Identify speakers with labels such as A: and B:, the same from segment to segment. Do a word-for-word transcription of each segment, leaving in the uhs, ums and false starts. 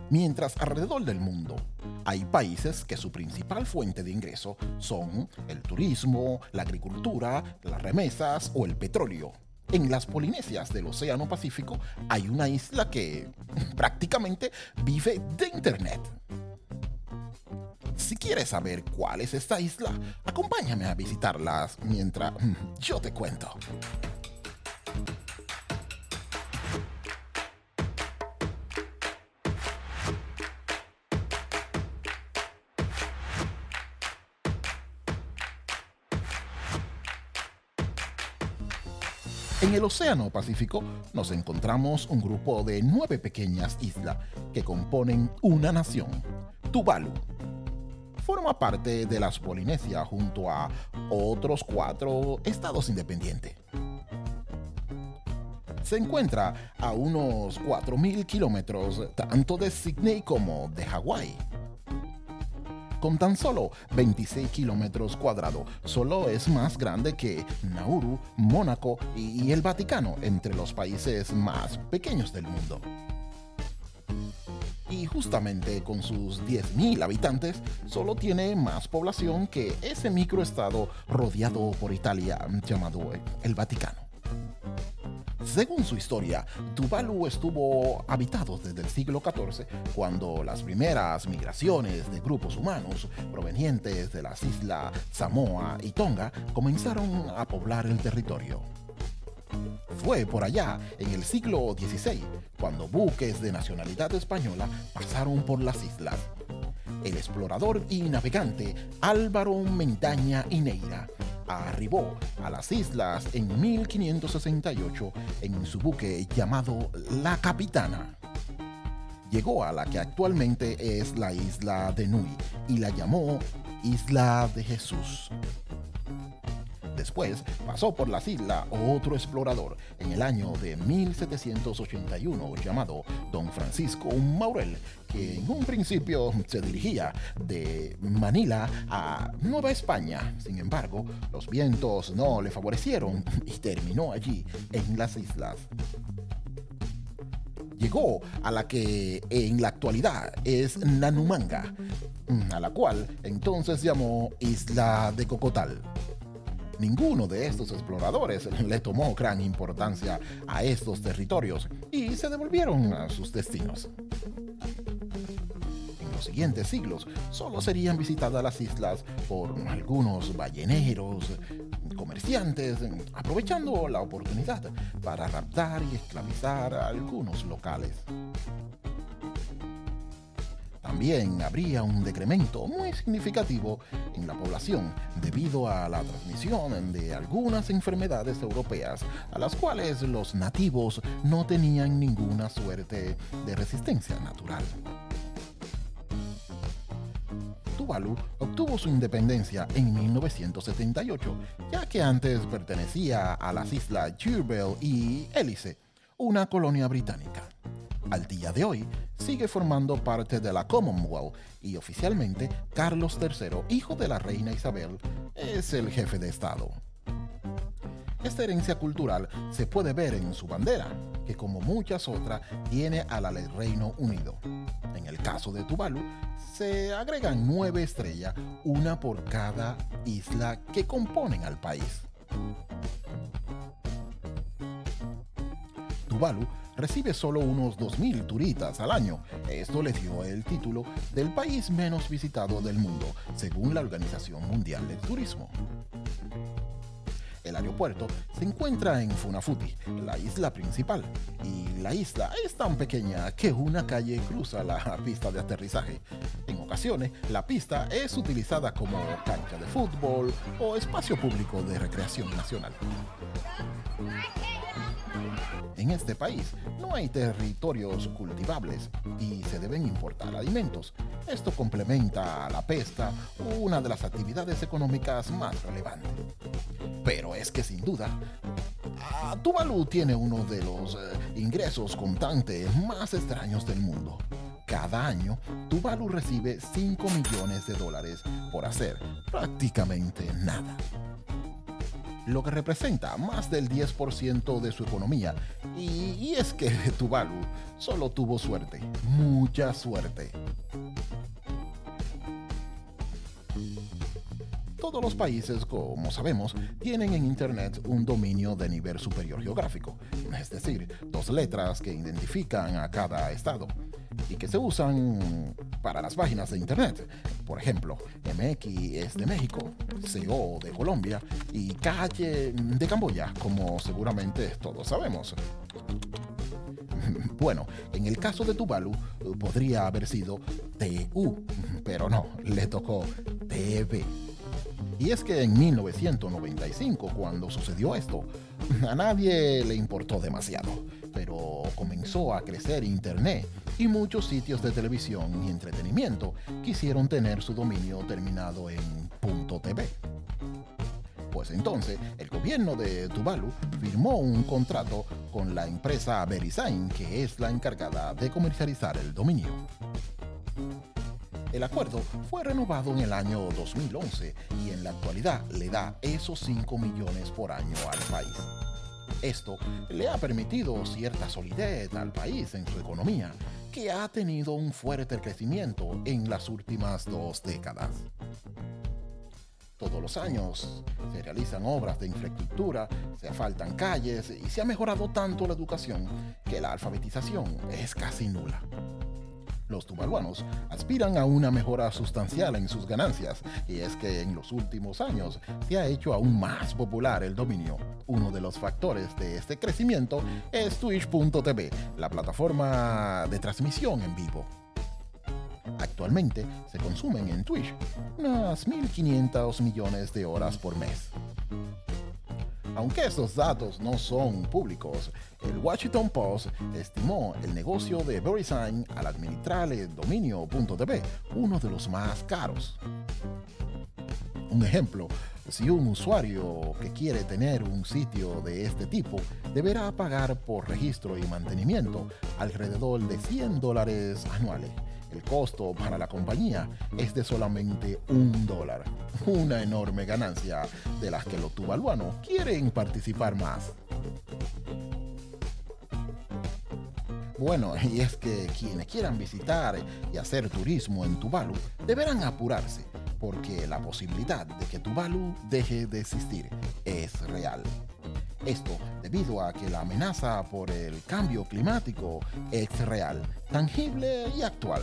A: Mientras alrededor del mundo hay países que su principal fuente de ingreso son el turismo, la agricultura, las remesas o el petróleo. En las Polinesias del Océano Pacífico hay una isla que prácticamente vive de Internet. Si quieres saber cuál es esta isla, acompáñame a visitarlas mientras yo te cuento. En el Océano Pacífico nos encontramos un grupo de nueve pequeñas islas que componen una nación, Tuvalu. Forma parte de las Polinesias junto a otros cuatro estados independientes. Se encuentra a unos cuatro mil kilómetros tanto de Sídney como de Hawái. Con tan solo veintiséis kilómetros cuadrados, solo es más grande que Nauru, Mónaco y el Vaticano, entre los países más pequeños del mundo. Y justamente con sus diez mil habitantes, solo tiene más población que ese microestado rodeado por Italia llamado el Vaticano. Según su historia, Tuvalu estuvo habitado desde el siglo catorce, cuando las primeras migraciones de grupos humanos provenientes de las islas Samoa y Tonga comenzaron a poblar el territorio. Fue por allá, en el siglo dieciséis, cuando buques de nacionalidad española pasaron por las islas. El explorador y navegante Álvaro Mendaña y Neira arribó a las islas en mil quinientos sesenta y ocho en su buque llamado La Capitana. Llegó a la que actualmente es la isla de Nui y la llamó Isla de Jesús. Después pasó por las islas otro explorador en el año de mil setecientos ochenta y uno llamado Don Francisco Maurel, que en un principio se dirigía de Manila a Nueva España. Sin embargo, los vientos no le favorecieron y terminó allí en las islas. Llegó a la que en la actualidad es Nanumanga, a la cual entonces llamó Isla de Cocotal. Ninguno de estos exploradores le tomó gran importancia a estos territorios y se devolvieron a sus destinos. En los siguientes siglos solo serían visitadas las islas por algunos balleneros, comerciantes, aprovechando la oportunidad para raptar y esclavizar a algunos locales. También habría un decremento muy significativo en la población debido a la transmisión de algunas enfermedades europeas a las cuales los nativos no tenían ninguna suerte de resistencia natural. Tuvalu obtuvo su independencia en mil novecientos setenta y ocho, ya que antes pertenecía a las islas Jersey y Hélice, una colonia británica. Al día de hoy, sigue formando parte de la Commonwealth y oficialmente Carlos tercero, hijo de la reina Isabel, es el jefe de Estado. Esta herencia cultural se puede ver en su bandera, que como muchas otras tiene a la del Reino Unido. En el caso de Tuvalu, se agregan nueve estrellas, una por cada isla que componen al país. Tuvalu recibe solo unos dos mil turistas al año. Esto le dio el título del país menos visitado del mundo, según la Organización Mundial del Turismo. El aeropuerto se encuentra en Funafuti, la isla principal, y la isla es tan pequeña que una calle cruza la pista de aterrizaje. En ocasiones, la pista es utilizada como cancha de fútbol o espacio público de recreación nacional. En este país no hay territorios cultivables y se deben importar alimentos. Esto complementa a la pesca, una de las actividades económicas más relevantes. Pero es que sin duda, Tuvalu tiene uno de los eh, ingresos constantes más extraños del mundo. Cada año, Tuvalu recibe cinco millones de dólares por hacer prácticamente nada. lo que representa más del diez por ciento de su economía. Y, y es que Tuvalu solo tuvo suerte, mucha suerte. Todos los países, como sabemos, tienen en Internet un dominio de nivel superior geográfico, es decir, dos letras que identifican a cada estado y que se usan para las páginas de Internet. Por ejemplo, M X es de México, C O de Colombia y K H de Camboya, como seguramente todos sabemos. Bueno, en el caso de Tuvalu podría haber sido T U, pero no, le tocó T V. Y es que en mil novecientos noventa y cinco, cuando sucedió esto, a nadie le importó demasiado, pero comenzó a crecer Internet y muchos sitios de televisión y entretenimiento quisieron tener su dominio terminado en .tv. Pues entonces, el gobierno de Tuvalu firmó un contrato con la empresa VeriSign, que es la encargada de comercializar el dominio. El acuerdo fue renovado en el año dos mil once y en la actualidad le da esos cinco millones por año al país. Esto le ha permitido cierta solidez al país en su economía, que ha tenido un fuerte crecimiento en las últimas dos décadas. Todos los años se realizan obras de infraestructura, se asfaltan calles y se ha mejorado tanto la educación que la alfabetización es casi nula. Los tuvaluanos aspiran a una mejora sustancial en sus ganancias, y es que en los últimos años se ha hecho aún más popular el dominio. Uno de los factores de este crecimiento es Twitch punto tv, la plataforma de transmisión en vivo. Actualmente se consumen en Twitch unas mil quinientos millones de horas por mes. Aunque estos datos no son públicos, el Washington Post estimó el negocio de VeriSign al administrar el dominio .tv, uno de los más caros. Un ejemplo, si un usuario que quiere tener un sitio de este tipo deberá pagar por registro y mantenimiento alrededor de cien dólares anuales. El costo para la compañía es de solamente un dólar, una enorme ganancia de las que los tuvaluanos quieren participar más. Bueno, y es que quienes quieran visitar y hacer turismo en Tuvalu deberán apurarse, porque la posibilidad de que Tuvalu deje de existir es real. Esto debido a que la amenaza por el cambio climático es real, tangible y actual.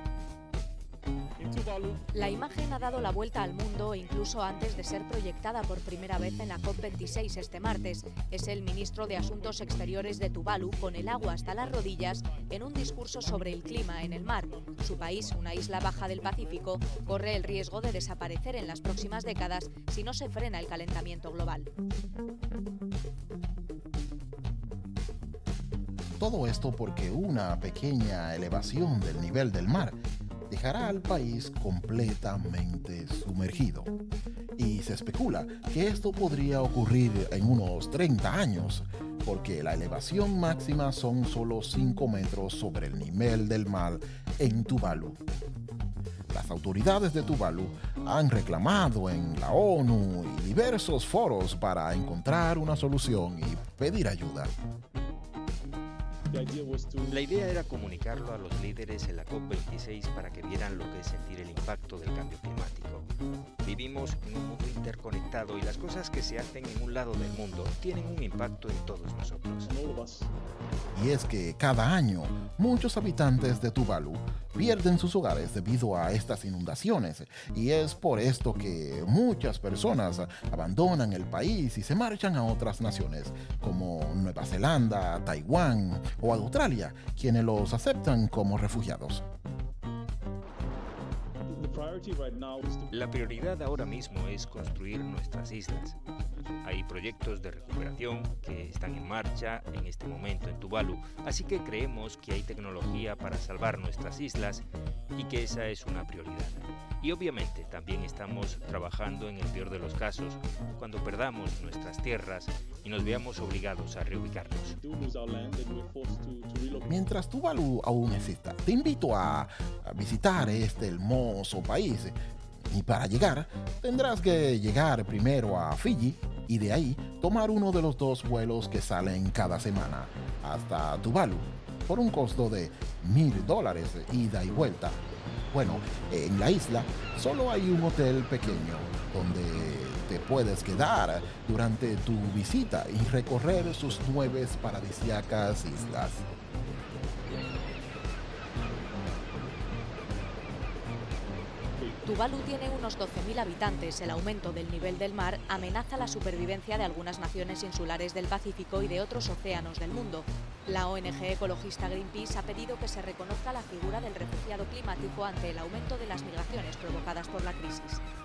B: La imagen ha dado la vuelta al mundo incluso antes de ser proyectada por primera vez en la COP veintiséis este martes. Es el ministro de Asuntos Exteriores de Tuvalu con el agua hasta las rodillas en un discurso sobre el clima en el mar. Su país, una isla baja del Pacífico, corre el riesgo de desaparecer en las próximas décadas si no se frena el calentamiento global.
A: Todo esto porque una pequeña elevación del nivel del mar dejará al país completamente sumergido. Y se especula que esto podría ocurrir en unos treinta años, porque la elevación máxima son solo cinco metros sobre el nivel del mar en Tuvalu. Las autoridades de Tuvalu han reclamado en la ONU y diversos foros para encontrar una solución y pedir ayuda.
C: La idea era comunicarlo a los líderes en la COP veintiséis para que vieran lo que es sentir el impacto del cambio climático. Vivimos en un mundo interconectado y las cosas que se hacen en un lado del mundo tienen un impacto en todos nosotros.
A: Y es que cada año muchos habitantes de Tuvalu pierden sus hogares debido a estas inundaciones, y es por esto que muchas personas abandonan el país y se marchan a otras naciones como Nueva Zelanda, Taiwán o Australia, quienes los aceptan como refugiados.
C: La prioridad ahora mismo es construir nuestras islas. Hay proyectos de recuperación que están en marcha en este momento en Tuvalu, así que creemos que hay tecnología para salvar nuestras islas y que esa es una prioridad. Y obviamente también estamos trabajando en el peor de los casos, cuando perdamos nuestras tierras y nos veamos obligados a reubicarnos.
A: Mientras Tuvalu aún exista, te invito a, a visitar este hermoso país Y para llegar, tendrás que llegar primero a Fiji y de ahí tomar uno de los dos vuelos que salen cada semana hasta Tuvalu por un costo de mil dólares ida y vuelta. Bueno, en la isla solo hay un hotel pequeño donde te puedes quedar durante tu visita y recorrer sus nueve paradisíacas islas.
B: Tuvalu tiene unos doce mil habitantes. El aumento del nivel del mar amenaza la supervivencia de algunas naciones insulares del Pacífico y de otros océanos del mundo. La O N G ecologista Greenpeace ha pedido que se reconozca la figura del refugiado climático ante el aumento de las migraciones provocadas por la crisis.